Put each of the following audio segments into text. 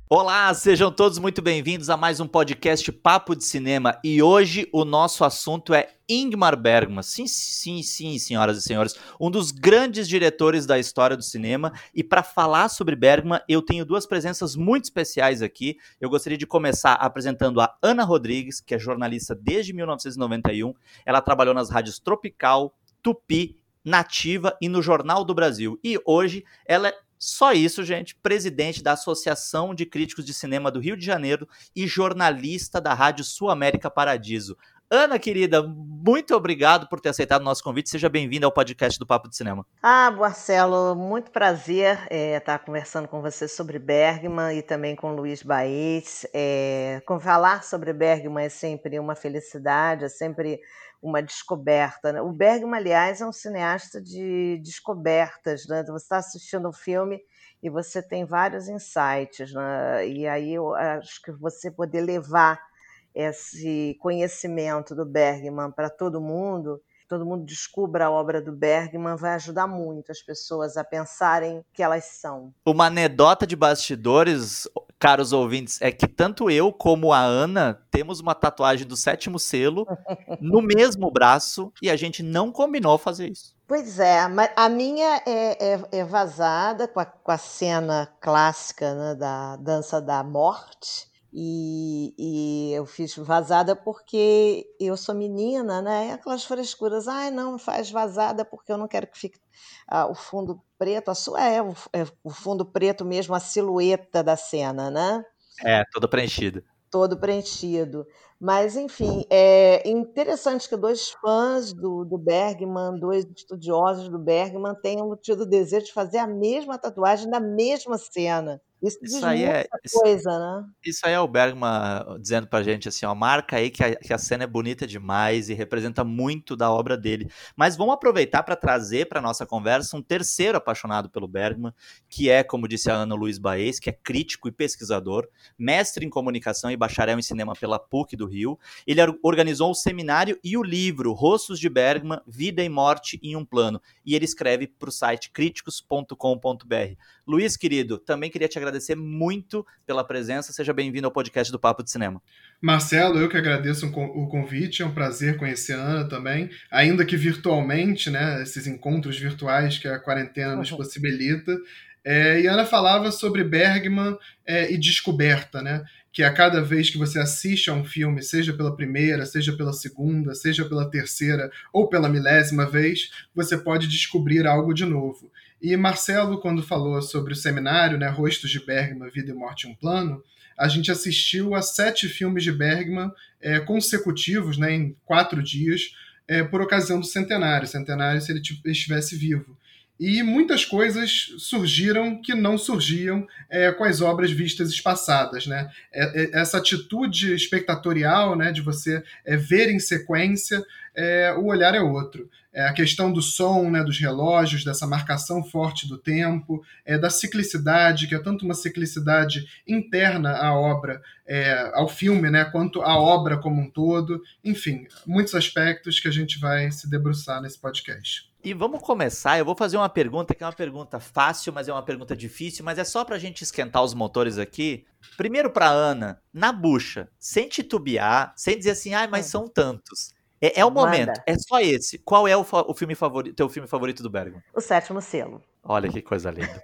Olá, sejam todos muito bem-vindos a mais um podcast Papo de Cinema. E hoje o nosso assunto é Ingmar Bergman. Sim, senhoras e senhores, um dos grandes diretores da história do cinema. E para falar sobre Bergman, eu tenho duas presenças muito especiais aqui. Eu gostaria de começar apresentando a Ana Rodrigues, que é jornalista desde 1991. Ela trabalhou nas rádios Tropical, Tupi, Nativa e no Jornal do Brasil. E hoje ela é só isso, gente, presidente da Associação de Críticos de Cinema do Rio de Janeiro e jornalista da Rádio Sul América Paradiso. Ana, querida, muito obrigado por ter aceitado o nosso convite. Seja bem-vinda ao podcast do Papo de Cinema. Marcelo, muito prazer estar conversando com você sobre Bergman e também com Luiz Baez. Falar sobre Bergman é sempre uma felicidade, é sempre uma descoberta, né? O Bergman, aliás, é um cineasta de descobertas, né? Você está assistindo um filme e você tem vários insights, né? E aí eu acho que você poder levar esse conhecimento do Bergman para todo mundo descubra a obra do Bergman, vai ajudar muito as pessoas a pensarem que elas são. Uma anedota de bastidores, caros ouvintes, é que tanto eu como a Ana temos uma tatuagem do Sétimo Selo no mesmo braço e a gente não combinou fazer isso. Pois é, mas a minha é vazada com a cena clássica, né, da Dança da Morte. E eu fiz vazada porque eu sou menina, né? E aquelas frescuras, não faz vazada porque eu não quero que fique o fundo preto, o fundo preto mesmo, a silhueta da cena, né? Toda preenchida. Todo preenchido. Mas, enfim, é interessante que dois fãs do Bergman, dois estudiosos do Bergman, tenham tido o desejo de fazer a mesma tatuagem da mesma cena. Isso diz Isso aí muita é. coisa, né? Isso aí é o Bergman dizendo pra gente assim, ó, marca aí que a cena é bonita demais e representa muito da obra dele. Mas vamos aproveitar para trazer para nossa conversa um terceiro apaixonado pelo Bergman, que é, como disse a Ana, Luiz Baez, que é crítico e pesquisador, mestre em comunicação e bacharel em cinema pela PUC do Rio. Ele organizou o seminário e o livro Rostos de Bergman, Vida e Morte em um Plano. E ele escreve para o site críticos.com.br. Luiz, querido, também queria te agradecer muito pela presença. Seja bem-vindo ao podcast do Papo de Cinema. Marcelo, eu que agradeço o convite, é um prazer conhecer a Ana também, ainda que virtualmente, né, esses encontros virtuais que a quarentena nos possibilita. E a Ana falava sobre Bergman e descoberta, né, que a cada vez que você assiste a um filme, seja pela primeira, seja pela segunda, seja pela terceira ou pela milésima vez, você pode descobrir algo de novo. E Marcelo, quando falou sobre o seminário, né, Rostos de Bergman, Vida e Morte em um Plano, a gente assistiu a 7 filmes de Bergman consecutivos, né, em 4 dias, por ocasião do centenário se ele estivesse vivo. E muitas coisas surgiram que não surgiam com as obras vistas espaçadas, né? Essa atitude espectatorial, né, de você ver em sequência, o olhar é outro. A questão do som, né, dos relógios, dessa marcação forte do tempo, da ciclicidade, que é tanto uma ciclicidade interna à obra, ao filme, né, quanto à obra como um todo. Enfim, muitos aspectos que a gente vai se debruçar nesse podcast. E vamos começar, eu vou fazer uma pergunta que é uma pergunta fácil, mas é uma pergunta difícil, mas é só pra gente esquentar os motores aqui. Primeiro pra Ana, na bucha, sem titubear, sem dizer assim, mas são tantos. É o momento, Manda. é só esse. Qual é o filme favorito, teu filme favorito do Bergman? O Sétimo Selo. Olha que coisa linda.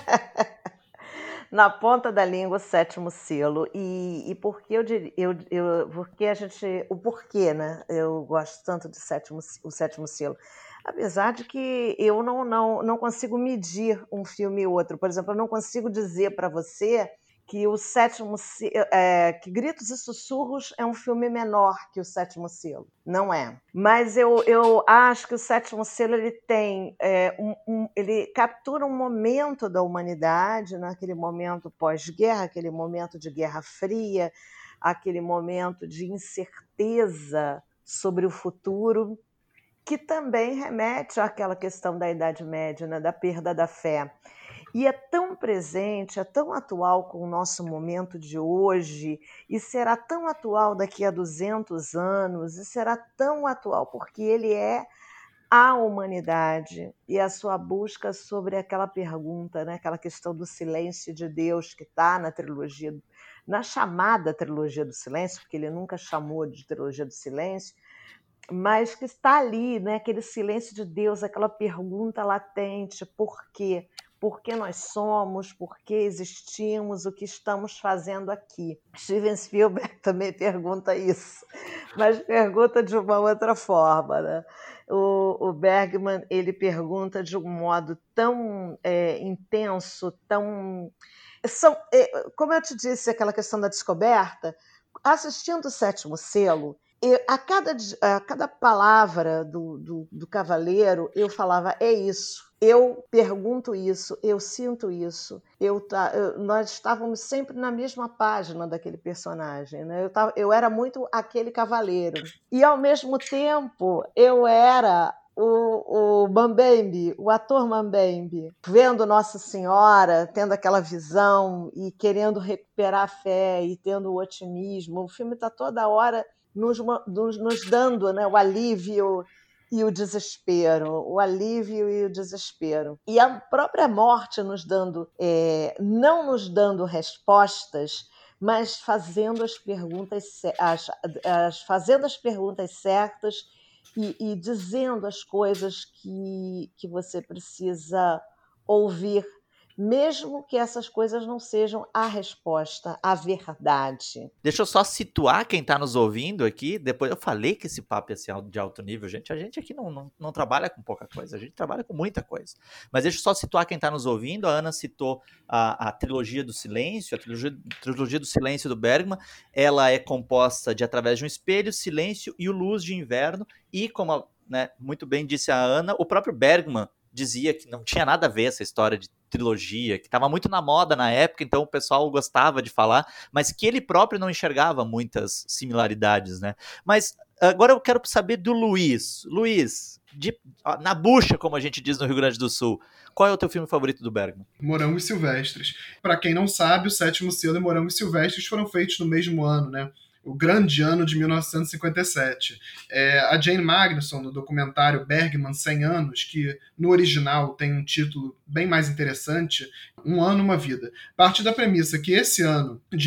Na ponta da língua, o Sétimo Selo. E por que porque a gente. O porquê, né? Eu gosto tanto de o Sétimo Selo. Apesar de que eu não consigo medir um filme e outro. Por exemplo, eu não consigo dizer para você que o que Gritos e Sussurros é um filme menor que o Sétimo Selo. Não é. Mas eu acho que o Sétimo Selo ele tem ele captura um momento da humanidade, naquele momento pós-guerra, aquele momento de Guerra Fria, aquele momento de incerteza sobre o futuro, que também remete àquela questão da Idade Média, né, da perda da fé. E é tão presente, é tão atual com o nosso momento de hoje, e será tão atual daqui a 200 anos, e será tão atual porque ele é à humanidade e a sua busca sobre aquela pergunta, né? Aquela questão do silêncio de Deus que está na trilogia, na chamada trilogia do silêncio, porque ele nunca chamou de trilogia do silêncio, mas que está ali, né? Aquele silêncio de Deus, aquela pergunta latente, por quê? Por que nós somos, por que existimos, o que estamos fazendo aqui. Steven Spielberg também pergunta isso, mas pergunta de uma outra forma, né? O Bergman, ele pergunta de um modo tão intenso, tão... como eu te disse, aquela questão da descoberta, assistindo o Sétimo Selo, a cada palavra do cavaleiro, eu falava, é isso, eu pergunto isso, eu sinto isso. Nós estávamos sempre na mesma página daquele personagem, né? Eu era muito aquele cavaleiro. E, ao mesmo tempo, eu era o Mambembe, o ator Mambembe, vendo Nossa Senhora, tendo aquela visão e querendo recuperar a fé e tendo o otimismo. O filme está toda hora nos dando, né, o alívio e o desespero, o alívio e o desespero. E a própria morte nos dando, não nos dando respostas, mas fazendo as perguntas certas e dizendo as coisas que você precisa ouvir, mesmo que essas coisas não sejam a resposta, a verdade. Deixa eu só situar quem está nos ouvindo aqui. Depois eu falei que esse papo ia ser de alto nível, gente. A gente aqui não trabalha com pouca coisa, a gente trabalha com muita coisa. Mas deixa eu só situar quem está nos ouvindo. A Ana citou a trilogia do silêncio, a trilogia do silêncio do Bergman. Ela é composta de Através de um Espelho, Silêncio e O Luz de Inverno. E, como muito bem disse a Ana, o próprio Bergman dizia que não tinha nada a ver essa história de trilogia, que estava muito na moda na época, então o pessoal gostava de falar, mas que ele próprio não enxergava muitas similaridades, né? Mas agora eu quero saber do Luiz. Luiz, na bucha, como a gente diz no Rio Grande do Sul, qual é o teu filme favorito do Bergman? Morangos Silvestres. Para quem não sabe, o Sétimo Selo e Morangos Silvestres foram feitos no mesmo ano, né? O grande ano de 1957. A Jane Magnusson, no documentário Bergman 100 anos, que no original tem um título bem mais interessante, Um Ano, Uma Vida, parte da premissa que esse ano de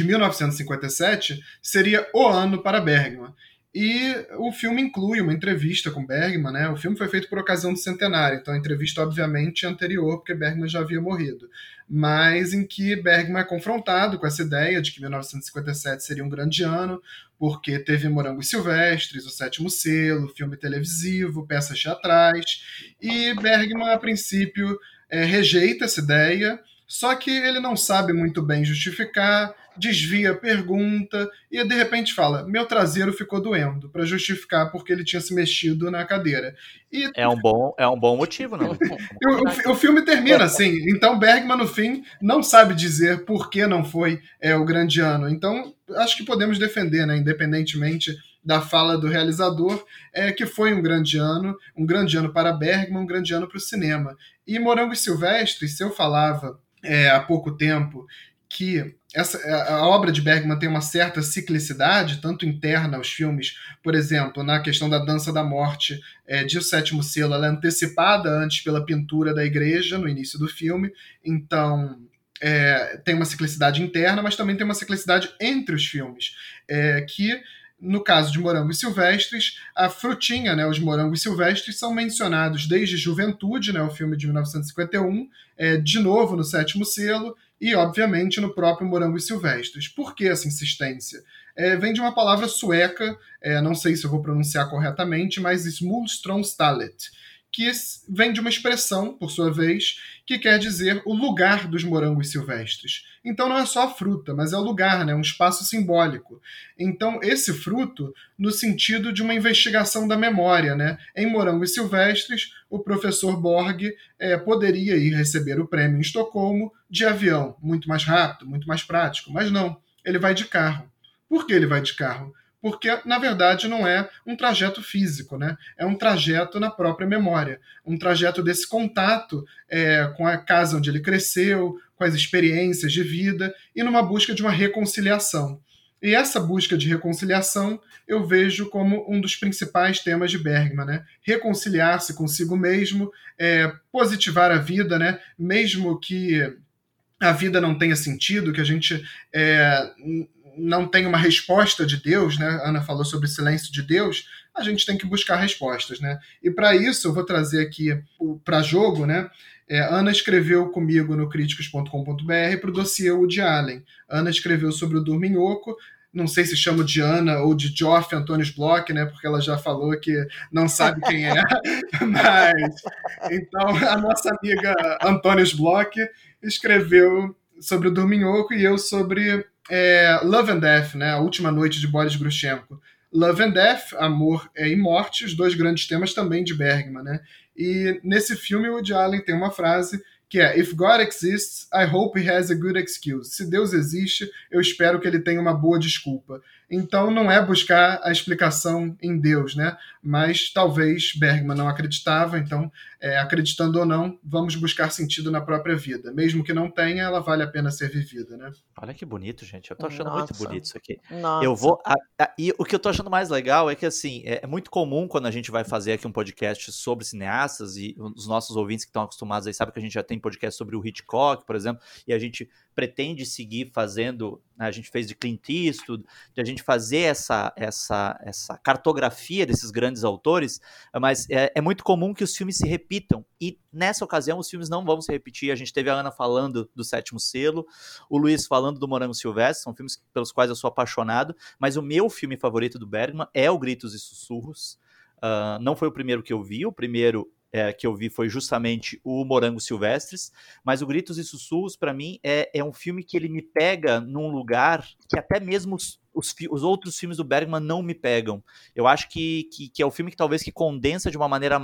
1957 seria o ano para Bergman. E o filme inclui uma entrevista com Bergman, né? O filme foi feito por ocasião do centenário, então a entrevista, obviamente, é anterior, porque Bergman já havia morrido. Mas em que Bergman é confrontado com essa ideia de que 1957 seria um grande ano, porque teve Morangos Silvestres, O Sétimo Selo, filme televisivo, peças teatrais, e Bergman, a princípio, rejeita essa ideia, só que ele não sabe muito bem justificar, desvia a pergunta e de repente fala, meu traseiro ficou doendo, para justificar porque ele tinha se mexido na cadeira. E é um bom motivo, não? O filme termina assim, então Bergman no fim não sabe dizer por que não foi o grande ano. Então acho que podemos defender, né, independentemente da fala do realizador, que foi um grande ano para Bergman, um grande ano para o cinema. E Morangos Silvestres, se eu falava há pouco tempo que a obra de Bergman tem uma certa ciclicidade, tanto interna aos filmes, por exemplo, na questão da Dança da Morte de O Sétimo Selo, ela é antecipada antes pela pintura da igreja no início do filme, então tem uma ciclicidade interna, mas também tem uma ciclicidade entre os filmes, que no caso de Morangos Silvestres, a frutinha, né, os morangos silvestres, são mencionados desde Juventude, né, o filme de 1951, de novo no Sétimo Selo, e, obviamente, no próprio Morangos Silvestres. Por que essa insistência? Vem de uma palavra sueca, não sei se eu vou pronunciar corretamente, mas Smulstromstallet, que vem de uma expressão, por sua vez, que quer dizer o lugar dos morangos silvestres. Então não é só a fruta, mas é o lugar, né? Um espaço simbólico. Então esse fruto, no sentido de uma investigação da memória, né? Em Morangos Silvestres, o professor Borg poderia ir receber o prêmio em Estocolmo de avião, muito mais rápido, muito mais prático, mas não, ele vai de carro. Por que ele vai de carro? Porque, na verdade, não é um trajeto físico, né? É um trajeto na própria memória, um trajeto desse contato com a casa onde ele cresceu, com as experiências de vida e numa busca de uma reconciliação. E essa busca de reconciliação eu vejo como um dos principais temas de Bergman, né? Reconciliar-se consigo mesmo, positivar a vida, né? Mesmo que a vida não tenha sentido, que a gente não tenha uma resposta de Deus, né? A Ana falou sobre o silêncio de Deus, a gente tem que buscar respostas, né? E para isso eu vou trazer aqui para jogo, né? Ana escreveu comigo no críticos.com.br para o dossiê Woody Allen. Ana escreveu sobre o Dorminhoco, não sei se chamo de Ana ou de Geoff Antônio Bloch, né? Porque ela já falou que não sabe quem é. Mas então a nossa amiga Antônio Bloch escreveu sobre o Dorminhoco e eu sobre Love and Death, né? A Última Noite de Boris Grushenko. Love and Death, Amor e Morte, os dois grandes temas também de Bergman, né? E nesse filme o Woody Allen tem uma frase que é If God exists, I hope he has a good excuse. Se Deus existe, eu espero que ele tenha uma boa desculpa. Então não é buscar a explicação em Deus, né? Mas talvez Bergman não acreditava, então acreditando ou não, vamos buscar sentido na própria vida. Mesmo que não tenha, ela vale a pena ser vivida, né? Olha que bonito, gente. Eu tô achando muito bonito isso aqui. Nossa. Eu vou. E o que eu tô achando mais legal é que, assim, é muito comum quando a gente vai fazer aqui um podcast sobre cineastas, e os nossos ouvintes que estão acostumados aí sabem que a gente já tem podcast sobre o Hitchcock, por exemplo, e a gente pretende seguir fazendo. A gente fez de Clint Eastwood, de a gente fazer essa cartografia desses grandes autores, mas é muito comum que os filmes se repitam, e nessa ocasião os filmes não vão se repetir. A gente teve a Ana falando do Sétimo Selo, o Luiz falando do Morango Silvestre, são filmes pelos quais eu sou apaixonado, mas o meu filme favorito do Bergman é o Gritos e Sussurros. Não foi o primeiro que eu vi, o primeiro que eu vi foi justamente o Morango Silvestres, mas o Gritos e Sussurros, para mim, é um filme que ele me pega num lugar que até mesmo os outros filmes do Bergman não me pegam. Eu acho que é o filme que talvez que condense de uma maneira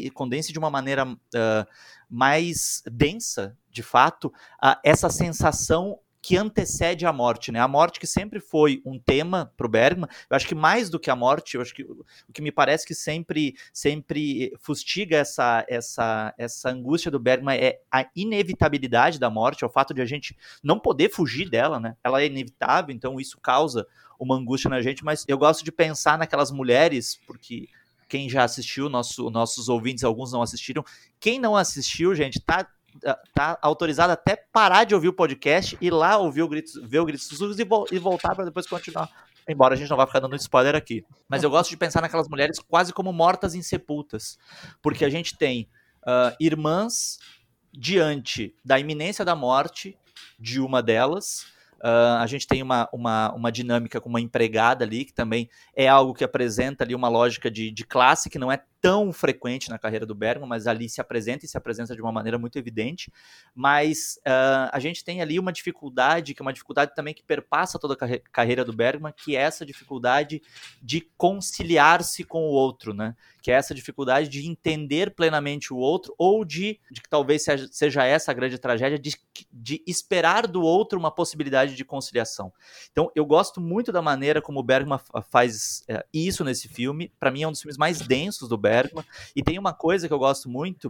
mais densa, de fato, essa sensação que antecede a morte, né? A morte que sempre foi um tema pro Bergman. Eu acho que mais do que a morte, eu acho que o que me parece que sempre fustiga essa angústia do Bergman é a inevitabilidade da morte, é o fato de a gente não poder fugir dela, né? Ela é inevitável, então isso causa uma angústia na gente, mas eu gosto de pensar naquelas mulheres, porque quem já assistiu, nossos ouvintes, alguns não assistiram. Quem não assistiu, gente, tá autorizado até parar de ouvir o podcast, ir lá ver o Gritos Sussurros e voltar para depois continuar. Embora a gente não vá ficar dando spoiler aqui. Mas eu gosto de pensar naquelas mulheres quase como mortas insepultas. Porque a gente tem irmãs diante da iminência da morte de uma delas. A gente tem uma dinâmica com uma empregada ali, que também é algo que apresenta ali uma lógica de classe que não é tão frequente na carreira do Bergman, mas ali se apresenta de uma maneira muito evidente. Mas a gente tem ali uma dificuldade, que é uma dificuldade também que perpassa toda a carreira do Bergman, que é essa dificuldade de conciliar-se com o outro, né? Que é essa dificuldade de entender plenamente o outro, ou de que talvez seja essa a grande tragédia, de esperar do outro uma possibilidade de conciliação. Então, eu gosto muito da maneira como o Bergman faz isso nesse filme. Para mim, é um dos filmes mais densos do Bergman. E tem uma coisa que eu gosto muito,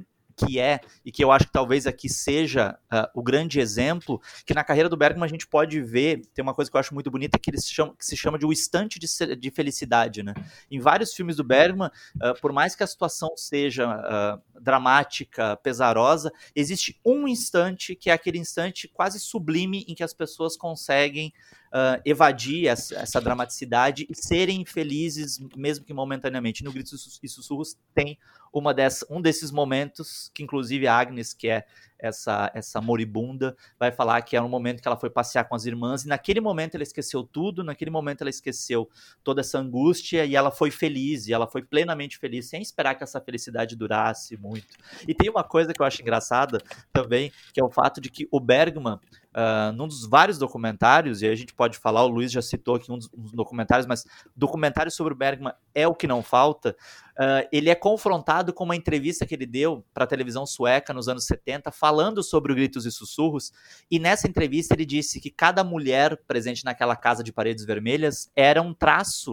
e que eu acho que talvez aqui seja o grande exemplo, que na carreira do Bergman a gente pode ver, tem uma coisa que eu acho muito bonita, que se chama de o instante de felicidade, né? Em vários filmes do Bergman, por mais que a situação seja dramática, pesarosa, existe um instante, que é aquele instante quase sublime em que as pessoas conseguem evadir essa dramaticidade e serem felizes, mesmo que momentaneamente. No Gritos e Sussurros tem um desses momentos, que inclusive a Agnes, que é essa moribunda, vai falar que era um momento que ela foi passear com as irmãs, e naquele momento ela esqueceu tudo, naquele momento ela esqueceu toda essa angústia, e ela foi feliz, e ela foi plenamente feliz, sem esperar que essa felicidade durasse muito. E tem uma coisa que eu acho engraçada também, que é o fato de que o Bergman, num dos vários documentários, e aí a gente pode falar, o Luiz já citou aqui um dos documentários, mas documentário sobre o Bergman é o que não falta. Ele é confrontado com uma entrevista que ele deu para a televisão sueca nos anos 70, falando sobre o Gritos e Sussurros, e nessa entrevista ele disse que cada mulher presente naquela casa de paredes vermelhas era um traço,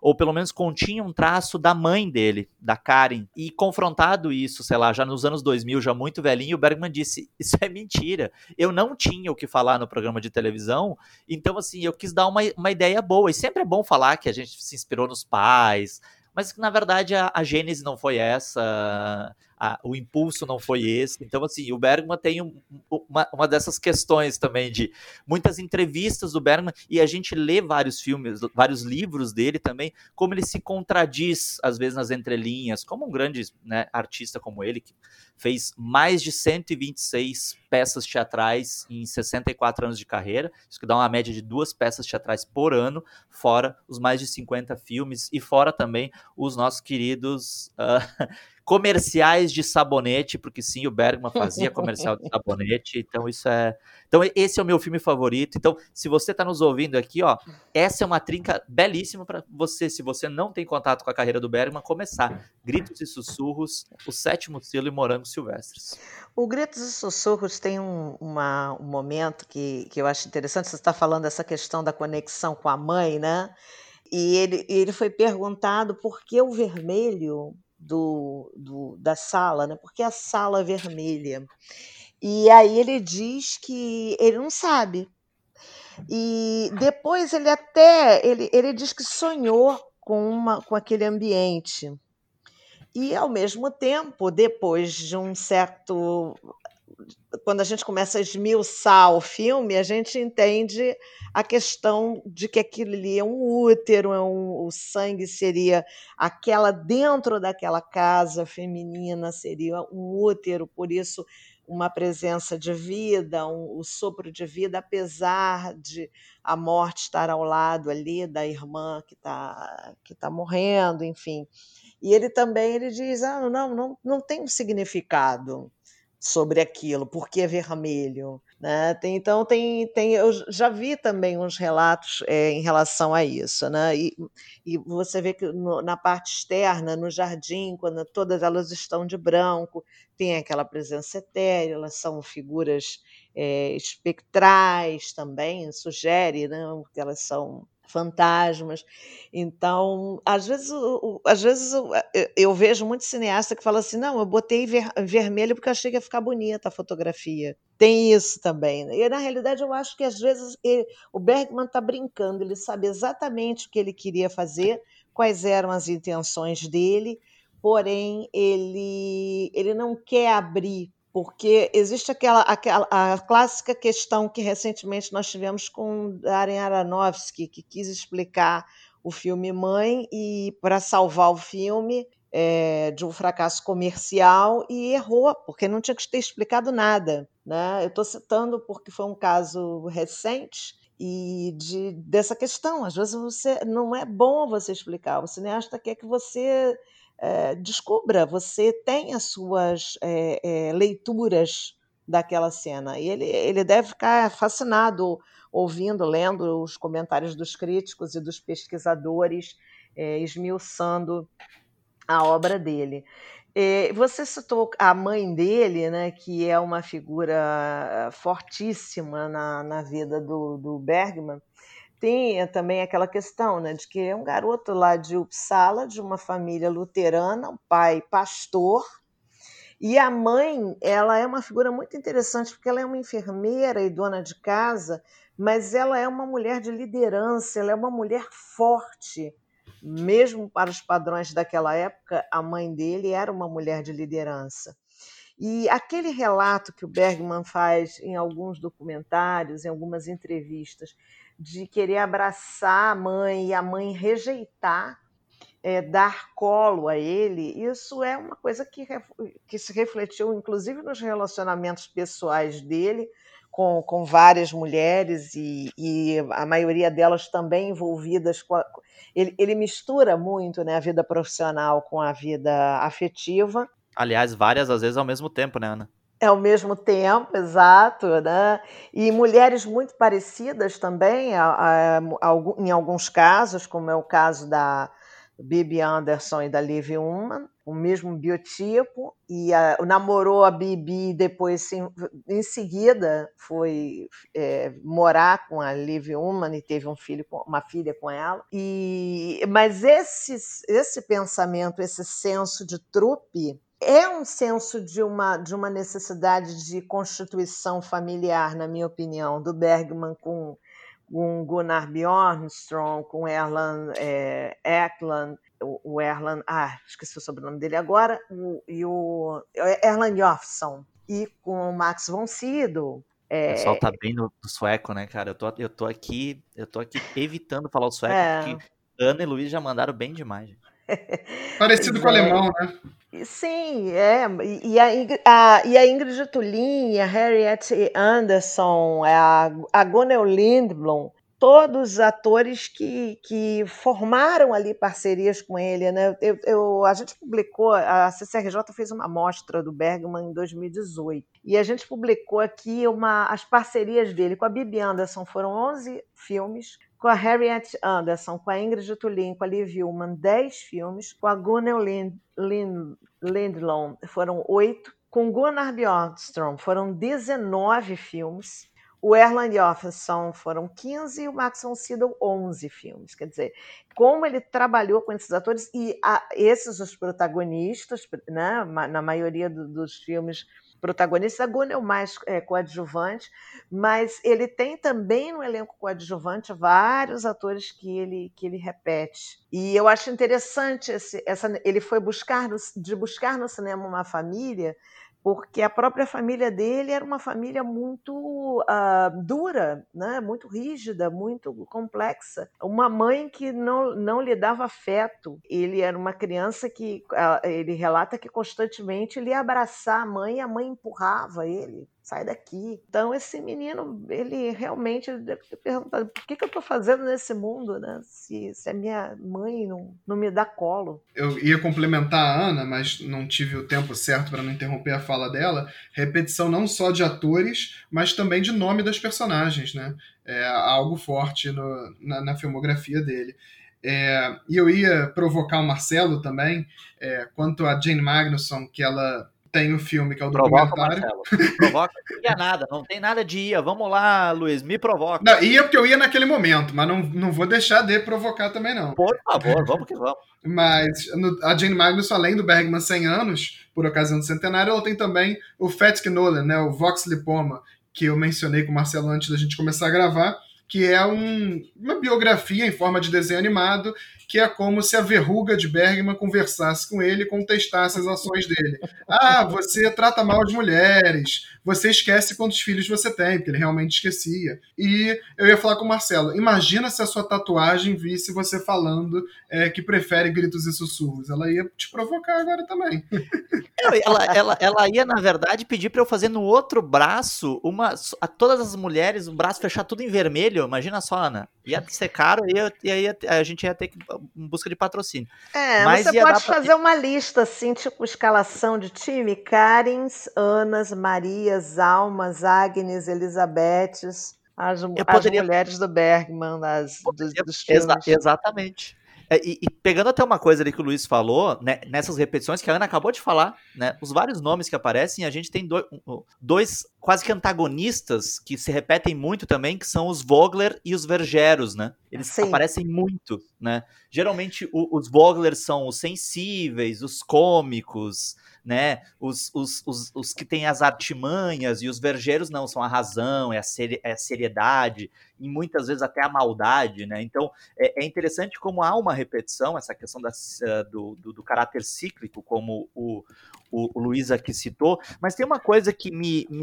ou pelo menos continha um traço da mãe dele, da Karen. E confrontado isso, sei lá, já nos anos 2000, já muito velhinho, o Bergman disse, isso é mentira, eu não tinha o que falar no programa de televisão, então assim, eu quis dar uma ideia boa, e sempre é bom falar que a gente se inspirou nos pais, mas que na verdade a gênese não foi essa, o impulso não foi esse. Então, assim, o Bergman tem uma dessas questões também de muitas entrevistas do Bergman, e a gente lê vários filmes, vários livros dele também, como ele se contradiz, às vezes, nas entrelinhas, como um grande, né, artista como ele, que fez mais de 126 peças teatrais em 64 anos de carreira, isso que dá uma média de 2 peças teatrais por ano, fora os mais de 50 filmes, e fora também os nossos queridos comerciais de sabonete, porque sim, o Bergman fazia comercial de sabonete, então isso é... Então esse é o meu filme favorito, então se você está nos ouvindo aqui, ó, essa é uma trinca belíssima para você, se você não tem contato com a carreira do Bergman, começar. Gritos e Sussurros, O Sétimo Selo e Morangos Silvestres. O Gritos e Sussurros tem um momento que eu acho interessante, você está falando dessa questão da conexão com a mãe, né? E ele foi perguntado por que o vermelho da sala, né? Por que a sala vermelha? E aí ele diz que ele não sabe. E depois ele diz que sonhou com aquele ambiente. E, ao mesmo tempo, depois de um certo... Quando a gente começa a esmiuçar o filme, a gente entende a questão de que aquilo ali é um útero, o sangue seria dentro daquela casa feminina seria um útero, por isso uma presença de vida, o sopro de vida, apesar de a morte estar ao lado ali da irmã que tá morrendo, enfim. E ele diz, não tem um significado sobre aquilo, porque é vermelho, né? Então eu já vi também uns relatos em relação a isso, né? E você vê que na parte externa, no jardim, quando todas elas estão de branco, tem aquela presença etérea, elas são figuras espectrais também, sugere, né? Que elas são fantasmas. Então, às vezes eu vejo muito cineasta que fala assim, não, eu botei vermelho porque eu achei que ia ficar bonita a fotografia. Tem isso também. E, na realidade, eu acho que às vezes o Bergman está brincando, ele sabe exatamente o que ele queria fazer, quais eram as intenções dele, porém ele não quer abrir, porque existe a clássica questão que recentemente nós tivemos com Darren Aronofsky, que quis explicar o filme Mãe e para salvar o filme de um fracasso comercial e errou, porque não tinha que ter explicado nada, né? Eu estou citando porque foi um caso recente e dessa questão. Às vezes não é bom você explicar, o cineasta quer que você descubra, você tem as suas leituras daquela cena. E ele deve ficar fascinado ouvindo, lendo os comentários dos críticos e dos pesquisadores, esmiuçando a obra dele. Você citou a mãe dele, né, que é uma figura fortíssima na vida do Bergman. Tem também aquela questão, né, de que é um garoto lá de Uppsala, de uma família luterana, um pai pastor, e a mãe, ela é uma figura muito interessante, porque ela é uma enfermeira e dona de casa, mas ela é uma mulher de liderança, ela é uma mulher forte. Mesmo para os padrões daquela época, a mãe dele era uma mulher de liderança. E aquele relato que o Bergman faz em alguns documentários, em algumas entrevistas, de querer abraçar a mãe e a mãe rejeitar, dar colo a ele, isso é uma coisa que se refletiu, inclusive, nos relacionamentos pessoais dele com várias mulheres e a maioria delas também envolvidas com ele mistura muito, né, a vida profissional com a vida afetiva. Aliás, várias às vezes ao mesmo tempo, né, Ana? Ao mesmo tempo, exato, né? E mulheres muito parecidas também, em alguns casos, como é o caso da Bibi Andersson e da Liv Ullmann, o mesmo biotipo, e namorou a Bibi, depois, em seguida, foi morar com a Liv Ullmann e teve uma filha com ela. Mas esse pensamento, esse senso de trupe, é um senso de uma necessidade de constituição familiar, na minha opinião, do Bergman com Gunnar Bjornström, com Erland Eklund, o Erland, esqueci o sobrenome dele agora, o Erland Jofsson, e com o Max von Sydow. O pessoal tá bem no sueco, né, cara? Eu tô aqui evitando falar o sueco, porque Ana e Luiz já mandaram bem demais, gente. Parecido com o alemão, né? Sim, e a Ingrid Thulin, a Harriet Andersson, a Gunnel Lindblom, todos atores que formaram ali parcerias com ele, né? A gente publicou, a CCRJ fez uma amostra do Bergman em 2018, e a gente publicou aqui as parcerias dele com a Bibi Andersson, foram 11 filmes, com a Harriet Andersson, com a Ingrid Thulin, com a Liv Ullmann, 10 filmes, com a Gunnel Lindblom, foram 8, com Gunnar Bjornström, foram 19 filmes, o Erland Jofsson foram 15 e o Max von Sydow 11 filmes. Quer dizer, como ele trabalhou com esses atores, e esses os protagonistas, né, na maioria dos filmes protagonistas, a Gunnel mais coadjuvante, mas ele tem também no elenco coadjuvante vários atores que ele repete. E eu acho interessante ele foi buscar no cinema uma família, porque a própria família dele era uma família muito dura, né? Muito rígida, muito complexa. Uma mãe que não lhe dava afeto. Ele era uma criança que ele relata que constantemente ele ia abraçar a mãe e a mãe empurrava ele. Sai daqui. Então, esse menino, ele realmente deve ter perguntado por que eu estou fazendo nesse mundo, né? Se a minha mãe não me dá colo. Eu ia complementar a Ana, mas não tive o tempo certo para não interromper a fala dela. Repetição não só de atores, mas também de nome das personagens, né? É algo forte na filmografia dele. E eu ia provocar o Marcelo também, quanto a Jane Magnusson, que ela tem o filme que é o documentário. Provoca, não ia nada, não tem nada de ia. Vamos lá, Luiz, me provoca. Não, ia porque eu ia naquele momento, mas não vou deixar de provocar também, não. Por favor, vamos que vamos. Mas a Jane Magnusson, além do Bergman 100 anos, por ocasião do centenário, ela tem também o Fats Nolan, né, o Vox Lipoma, que eu mencionei com o Marcelo antes da gente começar a gravar, que é uma biografia em forma de desenho animado, que é como se a verruga de Bergman conversasse com ele e contestasse as ações dele. Você trata mal as mulheres, você esquece quantos filhos você tem, porque ele realmente esquecia. E eu ia falar com o Marcelo, imagina se a sua tatuagem visse você falando que prefere gritos e sussurros. Ela ia te provocar agora também. Ela ia, na verdade, pedir para eu fazer no outro braço, a todas as mulheres, um braço fechar tudo em vermelho. Imagina só, Ana. Ia ser caro e aí a gente ia ter que em busca de patrocínio. Mas você pode fazer uma lista, assim, tipo escalação de time: Karins, Anas, Marias, Almas, Agnes, Elisabetes, as mulheres do Bergman, dos filmes. Exatamente. E pegando até uma coisa ali que o Luiz falou, né, nessas repetições que a Ana acabou de falar, né, os vários nomes que aparecem, a gente tem dois quase que antagonistas que se repetem muito também, que são os Vogler e os Vergeros, né? Eles aparecem muito, né? Geralmente os Vogler são os sensíveis, os cômicos, né? Os que têm as artimanhas, e os Vergeros não, são a razão, é a seriedade, e muitas vezes até a maldade, né? Então é interessante como há uma repetição, essa questão do caráter cíclico, como o Luiz aqui citou, mas tem uma coisa que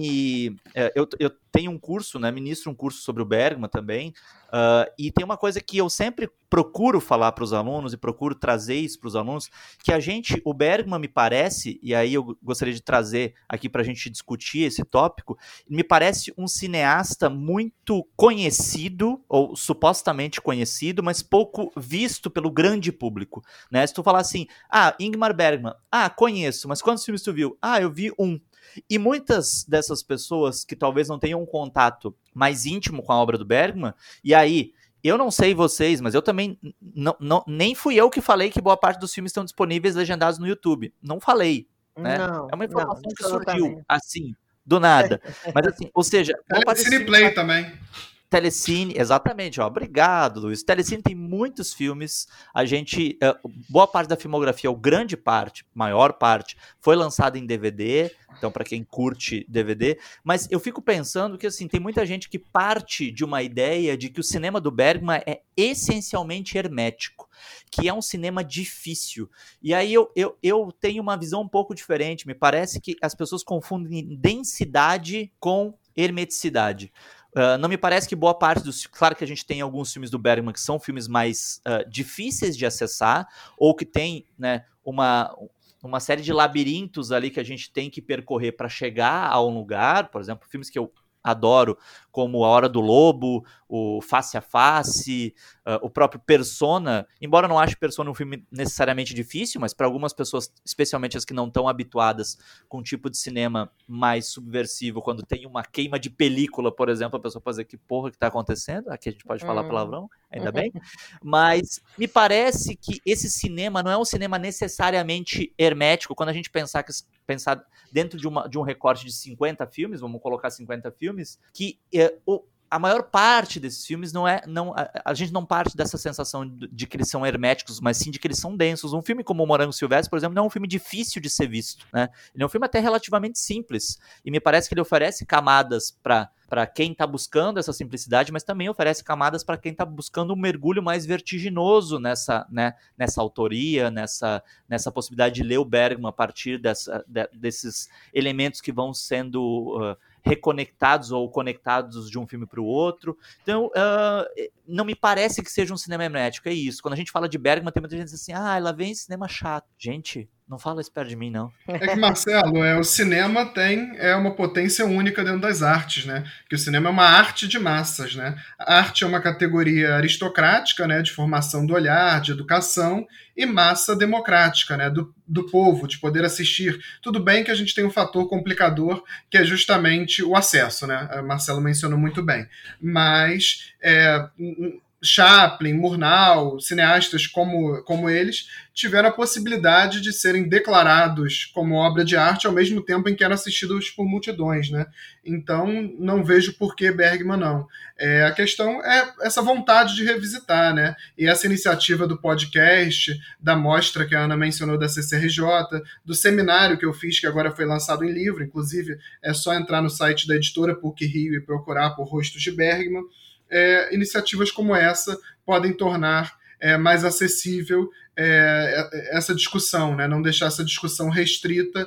eu tenho um curso, né, ministro um curso sobre o Bergman também, e tem uma coisa que eu sempre procuro falar para os alunos e procuro trazer isso para os alunos, que o Bergman me parece, e aí eu gostaria de trazer aqui para a gente discutir esse tópico, me parece um cineasta muito conhecido, ou supostamente conhecido, mas pouco visto pelo grande público, né? Se tu falar assim, Ingmar Bergman, conheço, mas quantos filmes tu viu? Eu vi um. E muitas dessas pessoas que talvez não tenham um contato mais íntimo com a obra do Bergman, e aí eu não sei vocês, mas eu também nem fui eu que falei que boa parte dos filmes estão disponíveis legendados no YouTube. Não falei, né? É uma Não, informação que surgiu absolutamente. assim, do nada. Mas assim, ou seja, boa parte desses Telecine filmes Play também. Telecine, exatamente, ó. Obrigado, Luiz. Telecine tem muitos filmes. A gente, boa parte da filmografia, ou grande parte, maior parte, foi lançada em DVD. Então, para quem curte DVD, mas eu fico pensando que assim tem muita gente que parte de uma ideia de que o cinema do Bergman é essencialmente hermético, que é um cinema difícil. E aí eu tenho uma visão um pouco diferente. Me parece que as pessoas confundem densidade com hermeticidade. Não me parece que boa parte dos... Claro que a gente tem alguns filmes do Bergman que são filmes mais difíceis de acessar, ou que tem, né, uma série de labirintos ali que a gente tem que percorrer para chegar a um lugar. Por exemplo, filmes que eu adoro, como A Hora do Lobo, o Face a Face, o próprio Persona. Embora eu não ache Persona um filme necessariamente difícil, mas para algumas pessoas, especialmente as que não estão habituadas com um tipo de cinema mais subversivo, quando tem uma queima de película, por exemplo, a pessoa pode dizer que porra que tá acontecendo? Aqui a gente pode falar palavrão, ainda bem. Mas me parece que esse cinema não é um cinema necessariamente hermético. Quando a gente pensar dentro de um recorte de 50 filmes, vamos colocar 50 filmes, que a maior parte desses filmes a gente não parte dessa sensação de que eles são herméticos, mas sim de que eles são densos. Um filme como O Morango Silvestre, por exemplo, não é um filme difícil de ser visto, né? Ele é um filme até relativamente simples, e me parece que ele oferece camadas para quem está buscando essa simplicidade, mas também oferece camadas para quem está buscando um mergulho mais vertiginoso nessa autoria, nessa possibilidade de ler o Bergman a partir desses elementos que vão sendo reconectados ou conectados de um filme para o outro. Então, não me parece que seja um cinema hermético, é isso. Quando a gente fala de Bergman, tem muita gente que diz assim, lá vem cinema chato. Gente, não fala isso perto de mim, não. É que, Marcelo, o cinema tem uma potência única dentro das artes, né? Que o cinema é uma arte de massas, né? A arte é uma categoria aristocrática, né? De formação do olhar, de educação, e massa democrática, né? Do povo, de poder assistir. Tudo bem que a gente tem um fator complicador, que é justamente o acesso, né? A Marcelo mencionou muito bem. Mas Chaplin, Murnau, cineastas como eles, tiveram a possibilidade de serem declarados como obra de arte ao mesmo tempo em que eram assistidos por multidões, né? Então, não vejo por que Bergman não. A questão é essa vontade de revisitar, né? E essa iniciativa do podcast, da mostra que a Ana mencionou da CCRJ, do seminário que eu fiz, que agora foi lançado em livro, inclusive é só entrar no site da editora PUC-Rio e procurar por Rostos de Bergman. Iniciativas como essa podem tornar mais acessível essa discussão, né? Não deixar essa discussão restrita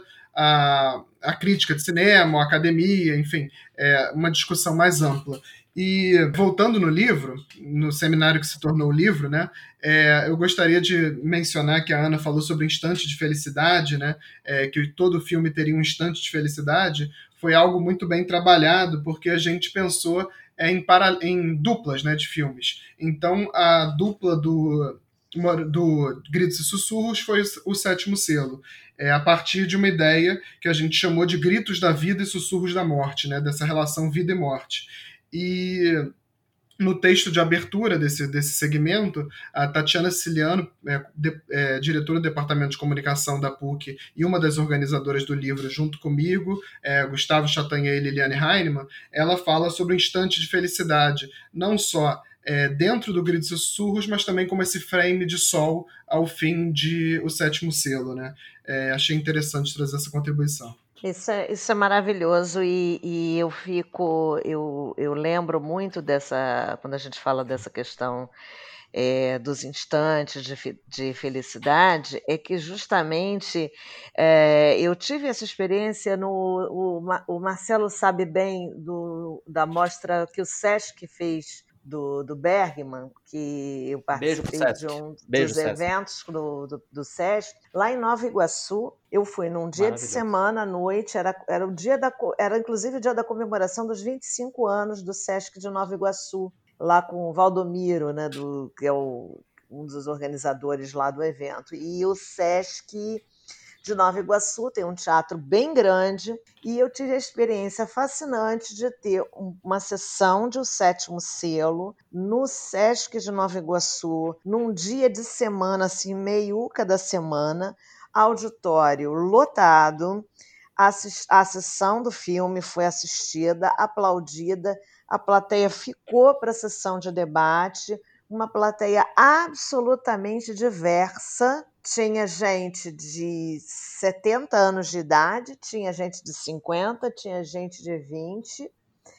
à crítica de cinema, à academia, enfim, uma discussão mais ampla. E voltando no livro, no seminário que se tornou o livro, né, eu gostaria de mencionar que a Ana falou sobre instante de felicidade, né, que todo filme teria um instante de felicidade. Foi algo muito bem trabalhado, porque a gente pensou em duplas, né, de filmes. Então, a dupla do Gritos e Sussurros foi o Sétimo Selo, a partir de uma ideia que a gente chamou de Gritos da Vida e Sussurros da Morte, né, dessa relação vida e morte. E no texto de abertura desse segmento, a Tatiana Siciliano, diretora do Departamento de Comunicação da PUC e uma das organizadoras do livro, junto comigo, Gustavo Chatanhé e Liliane Heinemann, ela fala sobre o instante de felicidade, não só dentro do Gritos e Sussurros, mas também como esse frame de sol ao fim de O Sétimo Selo, né? Achei interessante trazer essa contribuição. Isso é maravilhoso e eu lembro muito quando a gente fala dessa questão dos instantes de felicidade, é que justamente eu tive essa experiência o Marcelo sabe bem da mostra que o Sesc fez do Bergman, que eu participei de dos eventos do Sesc, lá em Nova Iguaçu. Eu fui num dia de semana à noite, era inclusive o dia da comemoração dos 25 anos do Sesc de Nova Iguaçu, lá com o Valdomiro, né, que é um dos organizadores lá do evento. E o Sesc de Nova Iguaçu, tem um teatro bem grande, e eu tive a experiência fascinante de ter uma sessão de O Sétimo Selo no Sesc de Nova Iguaçu, num dia de semana, assim, meiuca da semana, auditório lotado, a sessão do filme foi assistida, aplaudida, a plateia ficou para a sessão de debate, uma plateia absolutamente diversa. Tinha gente de 70 anos de idade, tinha gente de 50, tinha gente de 20,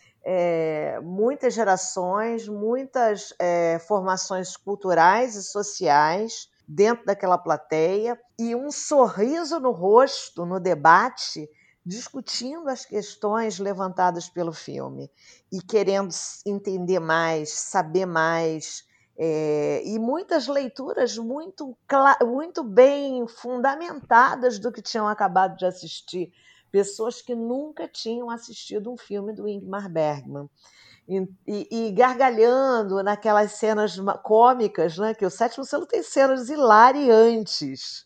muitas gerações, muitas formações culturais e sociais dentro daquela plateia, e um sorriso no rosto no debate, discutindo as questões levantadas pelo filme e querendo entender mais, saber mais, e muitas leituras muito bem fundamentadas do que tinham acabado de assistir, pessoas que nunca tinham assistido um filme do Ingmar Bergman. E gargalhando naquelas cenas cômicas, né? Que o Sétimo Selo tem cenas hilariantes,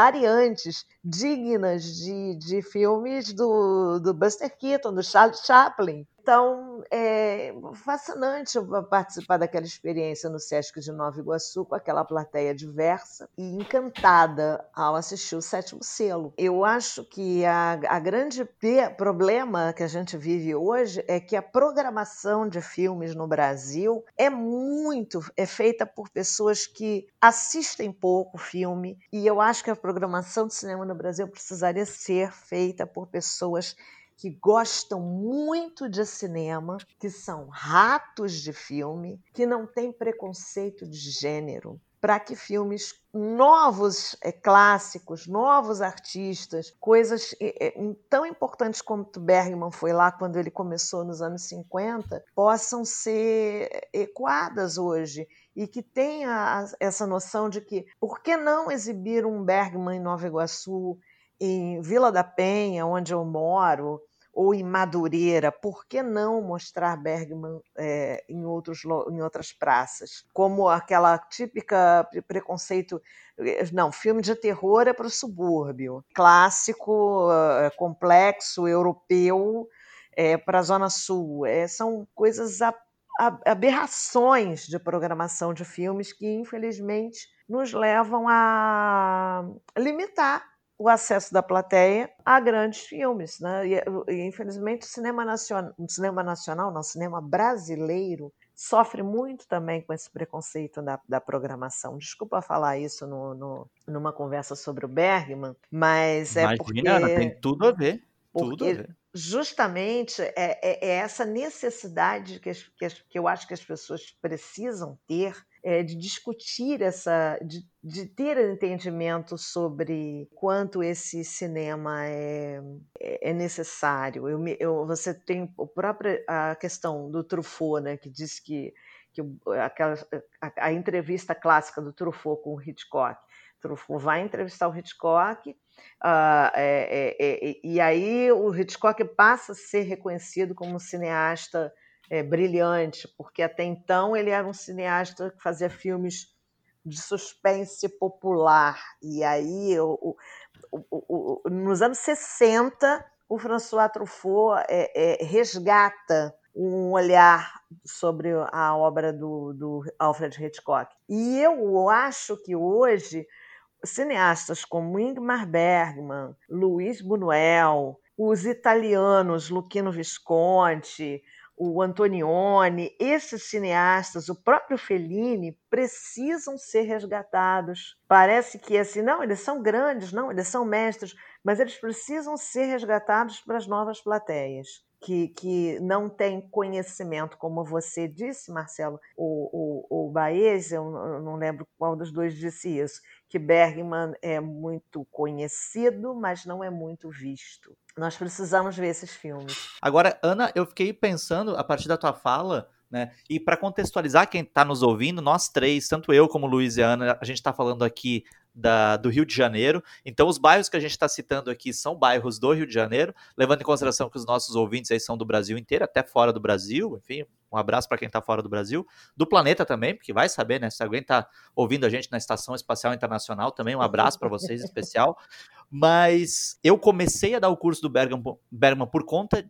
dignas de filmes do Buster Keaton, do Charles Chaplin. Então, é fascinante participar daquela experiência no Sesc de Nova Iguaçu, com aquela plateia diversa e encantada ao assistir o Sétimo Selo. Eu acho que a grande problema que a gente vive hoje é que a programação de filmes no Brasil é feita por pessoas que assistem pouco filme, e eu acho que a programação de cinema no Brasil precisaria ser feita por pessoas que gostam muito de cinema, que são ratos de filme, que não têm preconceito de gênero, para que filmes novos, clássicos, novos artistas, coisas tão importantes como Bergman foi lá quando ele começou nos anos 50, possam ser ecoadas hoje, e que tenha essa noção de que por que não exibir um Bergman em Nova Iguaçu, em Vila da Penha, onde eu moro, ou em Madureira, por que não mostrar Bergman em outras praças? Como aquela típica preconceito, não, filme de terror é para o subúrbio, clássico, complexo, europeu, para a Zona Sul. São coisas, aberrações de programação de filmes que, infelizmente, nos levam a limitar o acesso da plateia a grandes filmes, né? E infelizmente, o cinema brasileiro sofre muito também com esse preconceito da programação. Desculpa falar isso numa conversa sobre o Bergman, mas Imagina, Ana, tem tudo a ver. Tudo a ver. Justamente é essa necessidade que eu acho que as pessoas precisam ter, de discutir de ter entendimento sobre quanto esse cinema é necessário. Você tem a questão do Truffaut, né, que diz que a entrevista clássica do Truffaut com o Hitchcock. Truffaut vai entrevistar o Hitchcock, e aí o Hitchcock passa a ser reconhecido como um cineasta brilhante, porque até então ele era um cineasta que fazia filmes de suspense popular. E aí, nos anos 60, o François Truffaut resgata um olhar sobre a obra do Alfred Hitchcock. E eu acho que hoje cineastas como Ingmar Bergman, Luis Buñuel, os italianos Luchino Visconti, o Antonioni, esses cineastas, o próprio Fellini, precisam ser resgatados. Parece que assim, não, eles são grandes, não, eles são mestres, mas eles precisam ser resgatados para as novas plateias, que não têm conhecimento, como você disse, Marcelo, o Baez, eu não lembro qual dos dois disse isso, que Bergman é muito conhecido, mas não é muito visto. Nós precisamos ver esses filmes. Agora, Ana, eu fiquei pensando, a partir da tua fala, né? E para contextualizar quem está nos ouvindo, nós três, tanto eu como o Luiz e a Ana, a gente está falando aqui do Rio de Janeiro. Então, os bairros que a gente está citando aqui são bairros do Rio de Janeiro, levando em consideração que os nossos ouvintes aí são do Brasil inteiro, até fora do Brasil. Enfim, um abraço para quem está fora do Brasil, do planeta também, porque vai saber, né? Se alguém está ouvindo a gente na Estação Espacial Internacional, também um abraço para vocês especial. Mas eu comecei a dar o curso do Bergman por conta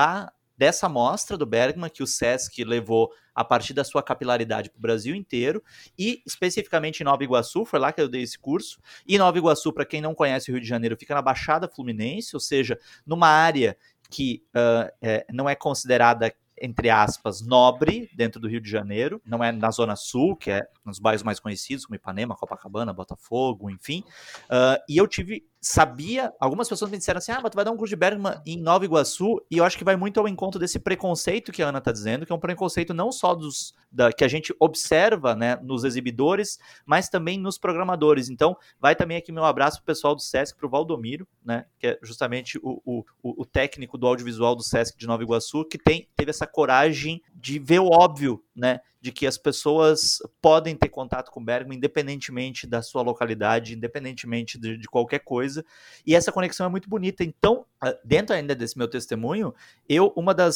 dessa mostra do Bergman que o Sesc levou a partir da sua capilaridade para o Brasil inteiro, e especificamente em Nova Iguaçu, foi lá que eu dei esse curso. E Nova Iguaçu, para quem não conhece o Rio de Janeiro, fica na Baixada Fluminense, ou seja, numa área que não é considerada, entre aspas, nobre dentro do Rio de Janeiro, não é na Zona Sul, que é nos bairros mais conhecidos, como Ipanema, Copacabana, Botafogo, enfim. E eu sabia, algumas pessoas me disseram assim, mas tu vai dar um curso de Bergman em Nova Iguaçu, e eu acho que vai muito ao encontro desse preconceito que a Ana está dizendo, que é um preconceito não só que a gente observa, né, nos exibidores, mas também nos programadores. Então, vai também aqui meu abraço pro pessoal do Sesc, pro Valdomiro, né, que é justamente o técnico do audiovisual do Sesc de Nova Iguaçu, que teve essa coragem de ver o óbvio, né, de que as pessoas podem ter contato com o Bergman independentemente da sua localidade, independentemente de qualquer coisa, e essa conexão é muito bonita. Então, dentro ainda desse meu testemunho, eu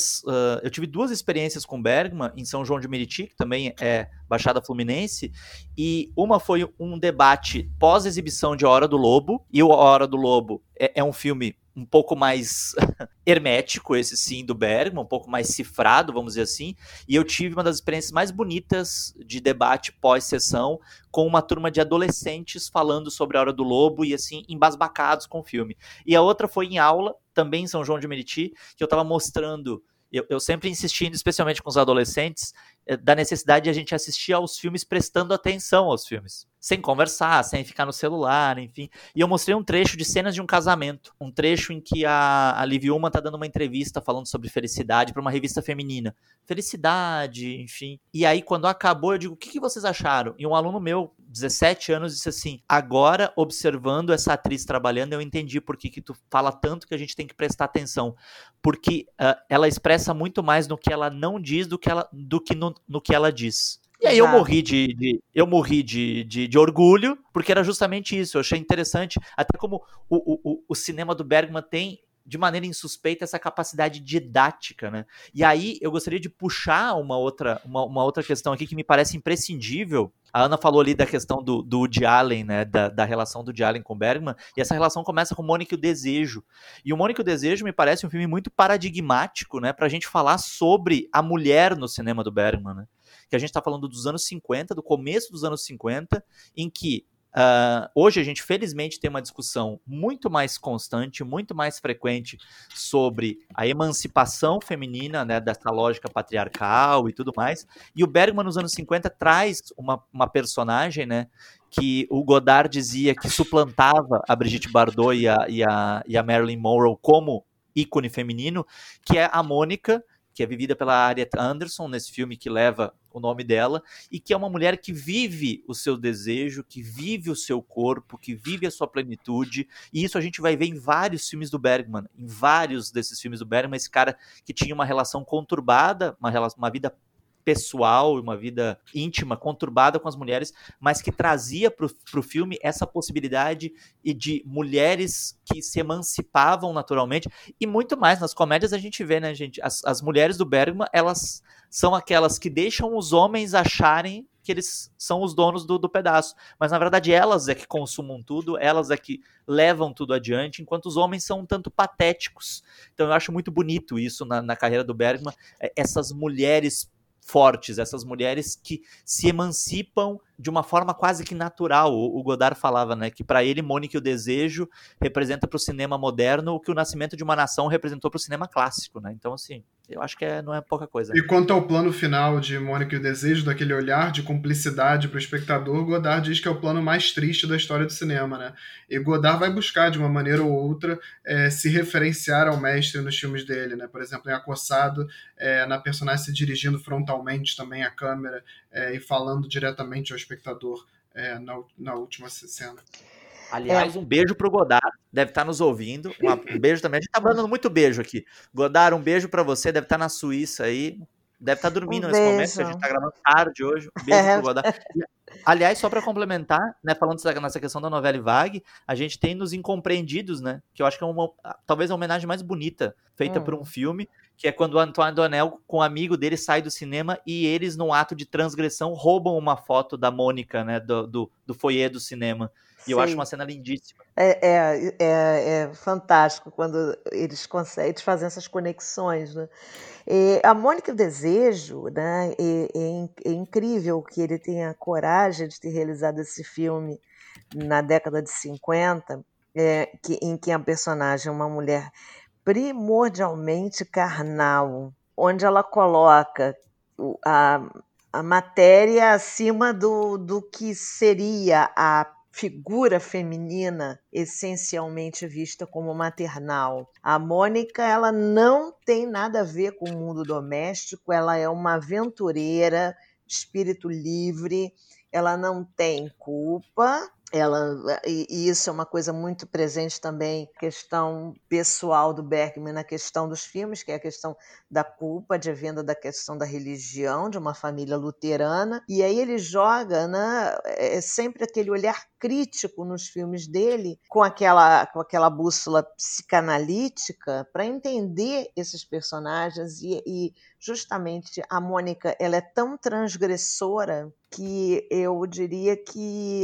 tive 2 experiências com Bergman em São João de Meriti, que também é Baixada Fluminense, e uma foi um debate pós-exibição de A Hora do Lobo, e A Hora do Lobo é um filme um pouco mais hermético, esse sim, do Bergman, um pouco mais cifrado, vamos dizer assim, e eu tive uma das experiências mais bonitas de debate pós-sessão com uma turma de adolescentes falando sobre A Hora do Lobo e, assim, embasbacados com o filme. E a outra foi em aula, também em São João de Meriti, que eu estava mostrando, eu sempre insistindo, especialmente com os adolescentes, da necessidade de a gente assistir aos filmes prestando atenção aos filmes, sem conversar, sem ficar no celular, enfim. E eu mostrei um trecho de cenas de um casamento, um trecho em que a Liv Ullmann tá dando uma entrevista falando sobre felicidade para uma revista feminina. Felicidade, enfim. E aí, quando acabou, eu digo, o que vocês acharam? E um aluno meu, 17 anos, disse assim, agora, observando essa atriz trabalhando, eu entendi por que tu fala tanto que a gente tem que prestar atenção. Porque ela expressa muito mais no que ela não diz do que no que ela diz. E aí eu morri de orgulho, porque era justamente isso. Eu achei interessante, até como o cinema do Bergman tem, de maneira insuspeita, essa capacidade didática, né? E aí eu gostaria de puxar uma outra questão aqui que me parece imprescindível. A Ana falou ali da questão do Woody Allen, né? Da relação do Woody Allen com Bergman, e essa relação começa com Mônica e o Desejo. E o Mônica e o Desejo me parece um filme muito paradigmático, né? Pra gente falar sobre a mulher no cinema do Bergman, né? Que a gente está falando dos anos 50, do começo dos anos 50, em que hoje a gente felizmente tem uma discussão muito mais constante, muito mais frequente sobre a emancipação feminina, né, dessa lógica patriarcal e tudo mais, e o Bergman nos anos 50 traz uma personagem, né, que o Godard dizia que suplantava a Brigitte Bardot e a Marilyn Monroe como ícone feminino, que é a Mônica, que é vivida pela Harriet Anderson, nesse filme que leva o nome dela, e que é uma mulher que vive o seu desejo, que vive o seu corpo, que vive a sua plenitude, e isso a gente vai ver em vários filmes do Bergman, em vários desses filmes do Bergman, esse cara que tinha uma relação conturbada, uma vida pessoal e uma vida íntima conturbada com as mulheres, mas que trazia para o filme essa possibilidade de mulheres que se emancipavam naturalmente, e muito mais nas comédias a gente vê, né, gente, as mulheres do Bergman, elas são aquelas que deixam os homens acharem que eles são os donos do pedaço, mas na verdade elas é que consumam tudo, elas é que levam tudo adiante, enquanto os homens são um tanto patéticos. Então eu acho muito bonito isso na carreira do Bergman, essas mulheres fortes, essas mulheres que se emancipam de uma forma quase que natural. O Godard falava, né, que para ele Mônica e o Desejo representa para o cinema moderno o que o Nascimento de uma Nação representou para o cinema clássico, né? Então, assim, eu acho que não é pouca coisa. E quanto ao plano final de Mônica e o Desejo, daquele olhar de cumplicidade para o espectador, Godard diz que é o plano mais triste da história do cinema, né? E Godard vai buscar, de uma maneira ou outra, se referenciar ao mestre nos filmes dele, né? Por exemplo, em Acossado, na personagem se dirigindo frontalmente também à câmera e falando diretamente ao espectador na última cena. Aliás, um beijo pro Godard, deve estar nos ouvindo. Um beijo também. A gente tá mandando muito beijo aqui. Godard, um beijo para você, deve estar na Suíça aí. Deve estar dormindo Um nesse momento, porque a beijo. gente está gravando tarde hoje. Um beijo pro Godard. Aliás, só para complementar, né, falando nessa questão da novela Vague, a gente tem nos Incompreendidos, né, que eu acho que é talvez a homenagem mais bonita feita por um filme, que é quando o Antoine Doinel, com um amigo dele, sai do cinema e eles, num ato de transgressão, roubam uma foto da Mônica, né, do foyer do cinema. E eu acho uma cena lindíssima. É fantástico quando eles conseguem, eles fazem essas conexões, né? A Mônica e o Desejo, né? É incrível que ele tenha coragem de ter realizado esse filme na década de 50, em que a personagem é uma mulher primordialmente carnal, onde ela coloca a matéria acima do que seria a figura feminina essencialmente vista como maternal. A Mônica, ela não tem nada a ver com o mundo doméstico, ela é uma aventureira, espírito livre, ela não tem culpa, e isso é uma coisa muito presente também, questão pessoal do Bergman na questão dos filmes, que é a questão da culpa, advinda da questão da religião, de uma família luterana, e aí ele joga, né, sempre aquele olhar crítico nos filmes dele, com aquela bússola psicanalítica, para entender esses personagens, e justamente a Mônica, ela é tão transgressora que eu diria que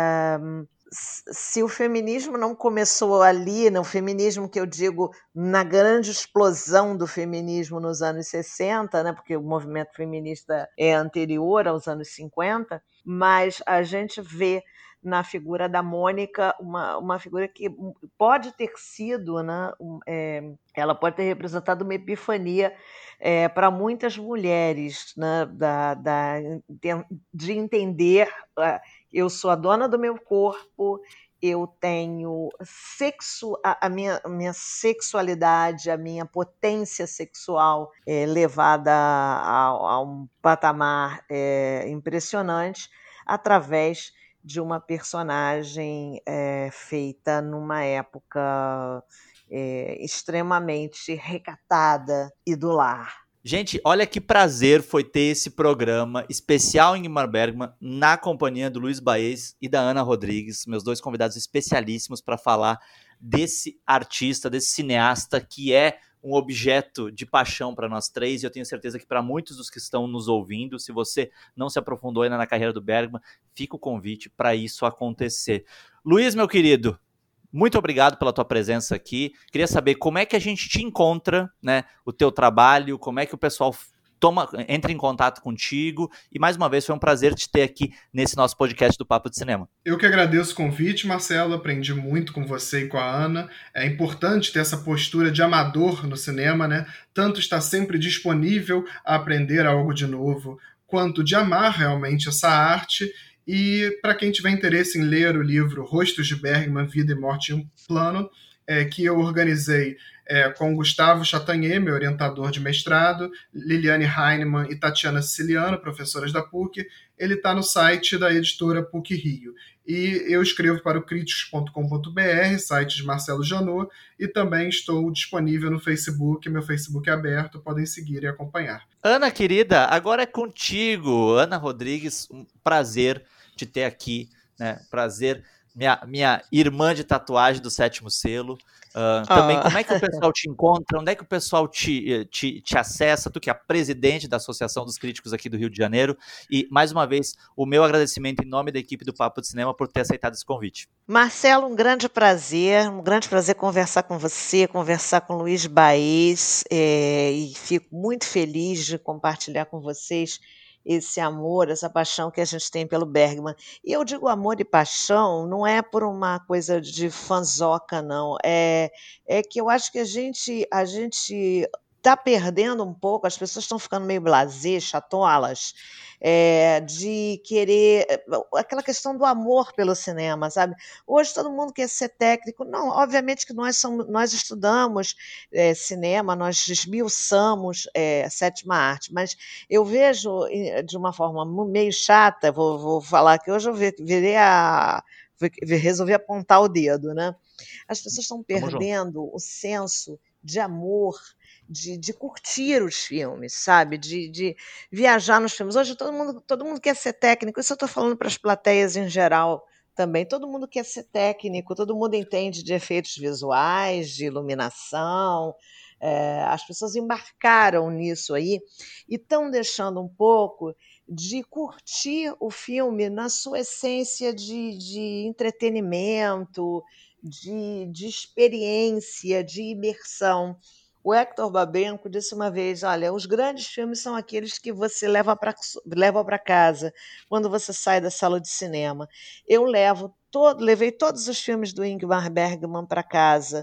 se o feminismo não começou ali, no feminismo que eu digo na grande explosão do feminismo nos anos 60, né, porque o movimento feminista é anterior aos anos 50, mas a gente vê na figura da Mônica uma figura que pode ter sido, né, ela pode ter representado uma epifania para muitas mulheres, né, de entender, eu sou a dona do meu corpo, eu tenho a minha sexualidade, a minha potência sexual levada a um patamar impressionante através de uma personagem feita numa época extremamente recatada e do lar. Gente, olha que prazer foi ter esse programa especial Ingmar Bergman na companhia do Luiz Baez e da Ana Rodrigues, meus dois convidados especialíssimos para falar desse artista, desse cineasta que é um objeto de paixão para nós três, e eu tenho certeza que para muitos dos que estão nos ouvindo, se você não se aprofundou ainda na carreira do Bergman, fica o convite para isso acontecer. Luiz, meu querido, muito obrigado pela tua presença aqui. Queria saber como é que a gente te encontra, né? O teu trabalho, como é que o pessoal entra em contato contigo. E mais uma vez foi um prazer te ter aqui nesse nosso podcast do Papo de Cinema. Eu que agradeço o convite, Marcelo. Aprendi muito com você e com a Ana. É importante ter essa postura de amador no cinema, né? Tanto estar sempre disponível a aprender algo de novo, quanto de amar realmente essa arte. E para quem tiver interesse em ler o livro Rostos de Bergman, Vida e Morte em um Plano, que eu organizei com Gustavo Chatagnier, meu orientador de mestrado, Liliane Heinemann e Tatiana Siciliano, professoras da PUC. Ele está no site da editora PUC Rio. E eu escrevo para o críticos.com.br, site de Marcelo Janot, e também estou disponível no Facebook, meu Facebook é aberto, podem seguir e acompanhar. Ana, querida, agora é contigo. Ana Rodrigues, um prazer te ter aqui, né? Prazer, minha irmã de tatuagem do Sétimo Selo. Também, como é que o pessoal te encontra? Onde é que o pessoal te acessa? Tu que é a presidente da Associação dos Críticos aqui do Rio de Janeiro. E, mais uma vez, o meu agradecimento em nome da equipe do Papo de Cinema por ter aceitado esse convite. Marcelo, um grande prazer conversar com você, conversar com o Luiz Baez, e fico muito feliz de compartilhar com vocês esse amor, essa paixão que a gente tem pelo Bergman. E eu digo amor e paixão, não é por uma coisa de fanzoca, não. É que eu acho que a gente está perdendo um pouco, as pessoas estão ficando meio blasé, chatolas, de querer aquela questão do amor pelo cinema, sabe? Hoje todo mundo quer ser técnico. Não, obviamente que nós estudamos cinema, nós esmiuçamos a sétima arte, mas eu vejo de uma forma meio chata, vou falar que hoje eu resolvi apontar o dedo, né? As pessoas estão perdendo o senso de amor, de curtir os filmes, sabe? De viajar nos filmes. Hoje todo mundo quer ser técnico, isso eu estou falando para as plateias em geral também. Todo mundo quer ser técnico, todo mundo entende de efeitos visuais, de iluminação. As pessoas embarcaram nisso aí e estão deixando um pouco de curtir o filme na sua essência de entretenimento, de experiência, de imersão. O Hector Babenco disse uma vez: olha, os grandes filmes são aqueles que você leva para casa quando você sai da sala de cinema. Eu levei todos os filmes do Ingmar Bergman para casa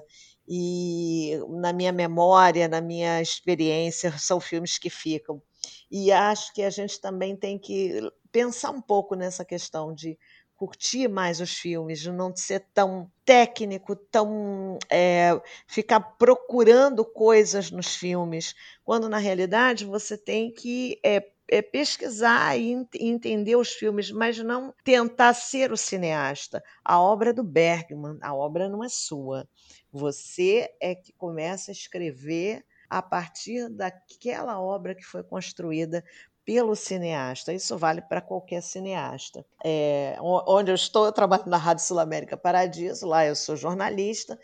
e na minha memória, na minha experiência, são filmes que ficam. E acho que a gente também tem que pensar um pouco nessa questão de curtir mais os filmes, de não ser tão técnico, ficar procurando coisas nos filmes, quando na realidade você tem que pesquisar e entender os filmes, mas não tentar ser o cineasta. A obra é do Bergman, a obra não é sua. Você é que começa a escrever a partir daquela obra que foi construída pelo cineasta. Isso vale para qualquer cineasta. Onde eu estou, eu trabalho na Rádio Sul-América Paradiso, lá eu sou jornalista.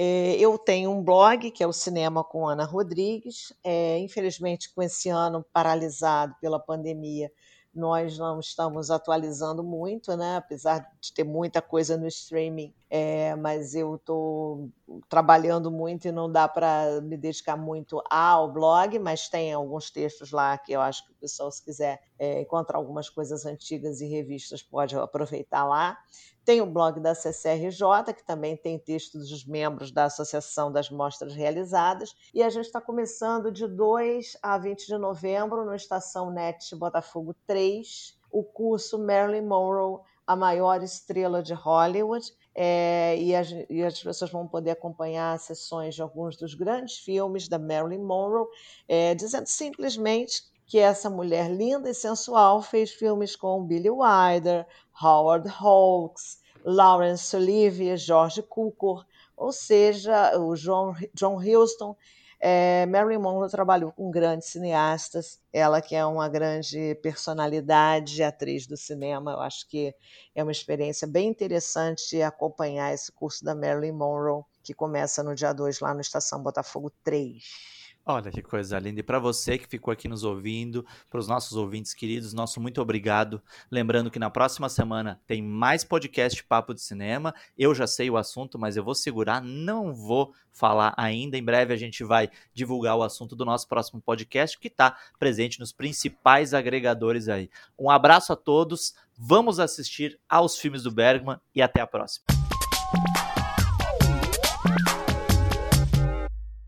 Eu tenho um blog, que é o Cinema com Ana Rodrigues. Infelizmente, com esse ano paralisado pela pandemia, nós não estamos atualizando muito, né? Apesar de ter muita coisa no streaming, mas eu estou trabalhando muito e não dá para me dedicar muito ao blog, mas tem alguns textos lá que eu acho que o pessoal, se quiser encontrar algumas coisas antigas e revistas, pode aproveitar lá. Tem o blog da CCRJ, que também tem textos dos membros da Associação das Mostras Realizadas, e a gente está começando de 2 a 20 de novembro, no Estação NET Botafogo 3, o curso Marilyn Monroe, a maior estrela de Hollywood, e as pessoas vão poder acompanhar sessões de alguns dos grandes filmes da Marilyn Monroe, dizendo simplesmente que essa mulher linda e sensual fez filmes com Billy Wilder, Howard Hawks, Laurence Olivier, George Cukor, ou seja, o John Huston. Marilyn Monroe trabalhou com grandes cineastas, ela que é uma grande personalidade, atriz do cinema. Eu acho que é uma experiência bem interessante acompanhar esse curso da Marilyn Monroe, que começa no dia 2 lá no Estação Botafogo 3. Olha que coisa linda. E para você que ficou aqui nos ouvindo, para os nossos ouvintes queridos, nosso muito obrigado. Lembrando que na próxima semana tem mais podcast Papo de Cinema. Eu já sei o assunto, mas eu vou segurar, não vou falar ainda. Em breve a gente vai divulgar o assunto do nosso próximo podcast, que está presente nos principais agregadores aí. Um abraço a todos, vamos assistir aos filmes do Bergman e até a próxima.